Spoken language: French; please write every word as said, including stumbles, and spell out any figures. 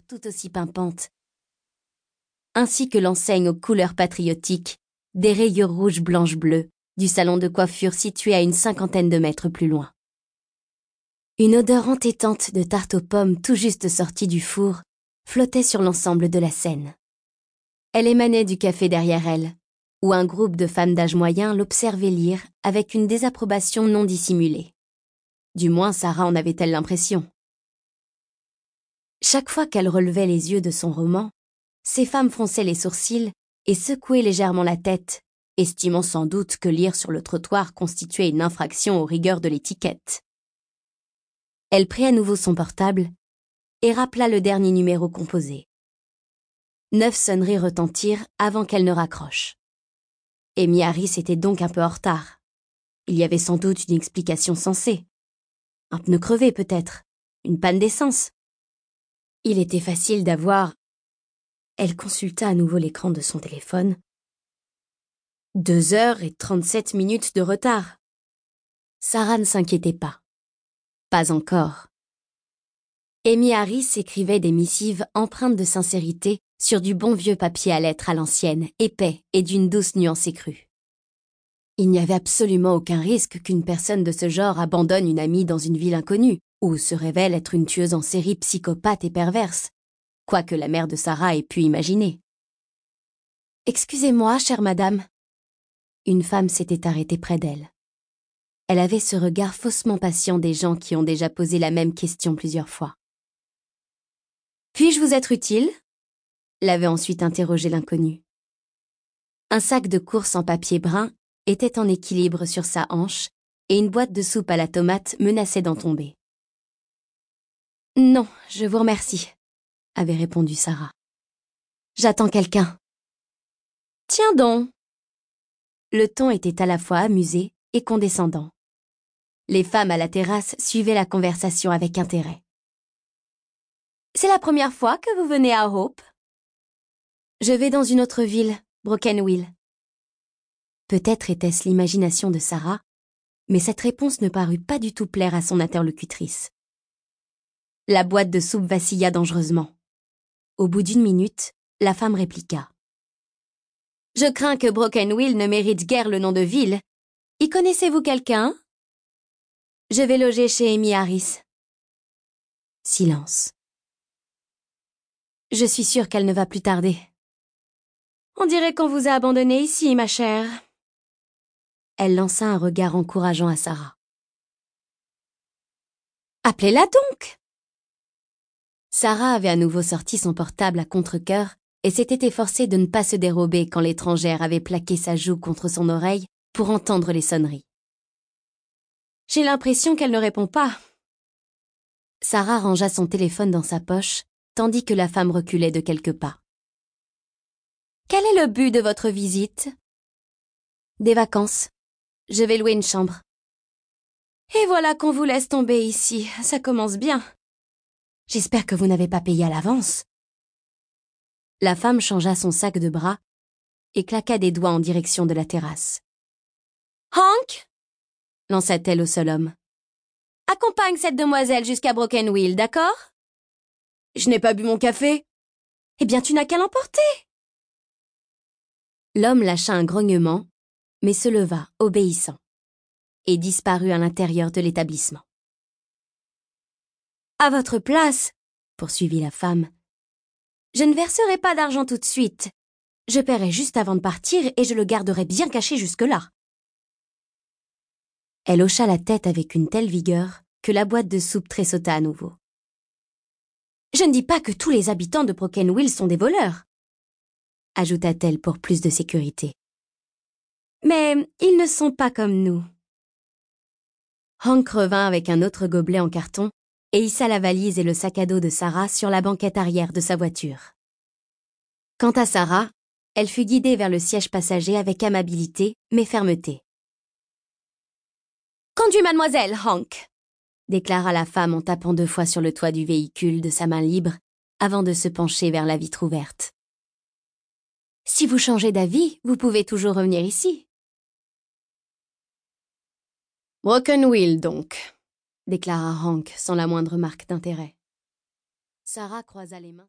tout aussi pimpante, ainsi que l'enseigne aux couleurs patriotiques, des rayures rouges blanches bleues, du salon de coiffure situé à une cinquantaine de mètres plus loin. Une odeur entêtante de tarte aux pommes tout juste sortie du four flottait sur l'ensemble de la scène. Elle émanait du café derrière elle, où un groupe de femmes d'âge moyen l'observait lire avec une désapprobation non dissimulée. Du moins, Sarah en avait-elle l'impression. Chaque fois qu'elle relevait les yeux de son roman, ces femmes fronçaient les sourcils et secouaient légèrement la tête, estimant sans doute que lire sur le trottoir constituait une infraction aux rigueurs de l'étiquette. Elle prit à nouveau son portable et rappela le dernier numéro composé. Neuf sonneries retentirent avant qu'elle ne raccroche. Amy Harris était donc un peu en retard. Il y avait sans doute une explication sensée. Un pneu crevé peut-être, une panne d'essence. Il était facile d'avoir... Elle consulta à nouveau l'écran de son téléphone. Deux heures et trente-sept minutes de retard. Sarah ne s'inquiétait pas. Pas encore. Amy Harris écrivait des missives empreintes de sincérité sur du bon vieux papier à lettres à l'ancienne, épais et d'une douce nuance écrue. Il n'y avait absolument aucun risque qu'une personne de ce genre abandonne une amie dans une ville inconnue, ou se révèle être une tueuse en série psychopathe et perverse, quoique la mère de Sarah ait pu imaginer. « Excusez-moi, chère madame. » Une femme s'était arrêtée près d'elle. Elle avait ce regard faussement patient des gens qui ont déjà posé la même question plusieurs fois. « Puis-je vous être utile ?» l'avait ensuite interrogé l'inconnu. Un sac de course en papier brun était en équilibre sur sa hanche et une boîte de soupe à la tomate menaçait d'en tomber. « Non, je vous remercie, » avait répondu Sarah. « J'attends quelqu'un. »« Tiens donc !» Le ton était à la fois amusé et condescendant. Les femmes à la terrasse suivaient la conversation avec intérêt. « C'est la première fois que vous venez à Hope ?»« Je vais dans une autre ville, Brokenville. » Peut-être était-ce l'imagination de Sarah, mais cette réponse ne parut pas du tout plaire à son interlocutrice. La boîte de soupe vacilla dangereusement. Au bout d'une minute, la femme répliqua. « Je crains que Brokenville ne mérite guère le nom de ville. Y connaissez-vous quelqu'un ? » « Je vais loger chez Amy Harris. » Silence. « Je suis sûre qu'elle ne va plus tarder. »« On dirait qu'on vous a abandonné ici, ma chère. » Elle lança un regard encourageant à Sarah. « Appelez-la donc !» Sarah avait à nouveau sorti son portable à contre-cœur et s'était efforcée de ne pas se dérober quand l'étrangère avait plaqué sa joue contre son oreille pour entendre les sonneries. « J'ai l'impression qu'elle ne répond pas. » Sarah rangea son téléphone dans sa poche, tandis que la femme reculait de quelques pas. « Quel est le but de votre visite ? » ?»« Des vacances. Je vais louer une chambre. »« Et voilà qu'on vous laisse tomber ici, ça commence bien. J'espère que vous n'avez pas payé à l'avance. » La femme changea son sac de bras et claqua des doigts en direction de la terrasse. « Hank !» lança-t-elle au seul homme. « Accompagne cette demoiselle jusqu'à Brokenville, d'accord ? » »« Je n'ai pas bu mon café. »« Eh bien, tu n'as qu'à l'emporter. » L'homme lâcha un grognement, mais se leva, obéissant, et disparut à l'intérieur de l'établissement. « À votre place, » poursuivit la femme, « je ne verserai pas d'argent tout de suite. Je paierai juste avant de partir et je le garderai bien caché jusque-là. » Elle hocha la tête avec une telle vigueur que la boîte de soupe tressauta à nouveau. « Je ne dis pas que tous les habitants de Brokenville sont des voleurs, » ajouta-t-elle pour plus de sécurité. « Mais ils ne sont pas comme nous. » Hank revint avec un autre gobelet en carton et hissa la valise et le sac à dos de Sarah sur la banquette arrière de sa voiture. Quant à Sarah, elle fut guidée vers le siège passager avec amabilité, mais fermeté. « Conduis mademoiselle, Hank !» déclara la femme en tapant deux fois sur le toit du véhicule de sa main libre avant de se pencher vers la vitre ouverte. « Si vous changez d'avis, vous pouvez toujours revenir ici. »« Brokenville, donc !» déclara Hank sans la moindre marque d'intérêt. Sarah croisa les mains.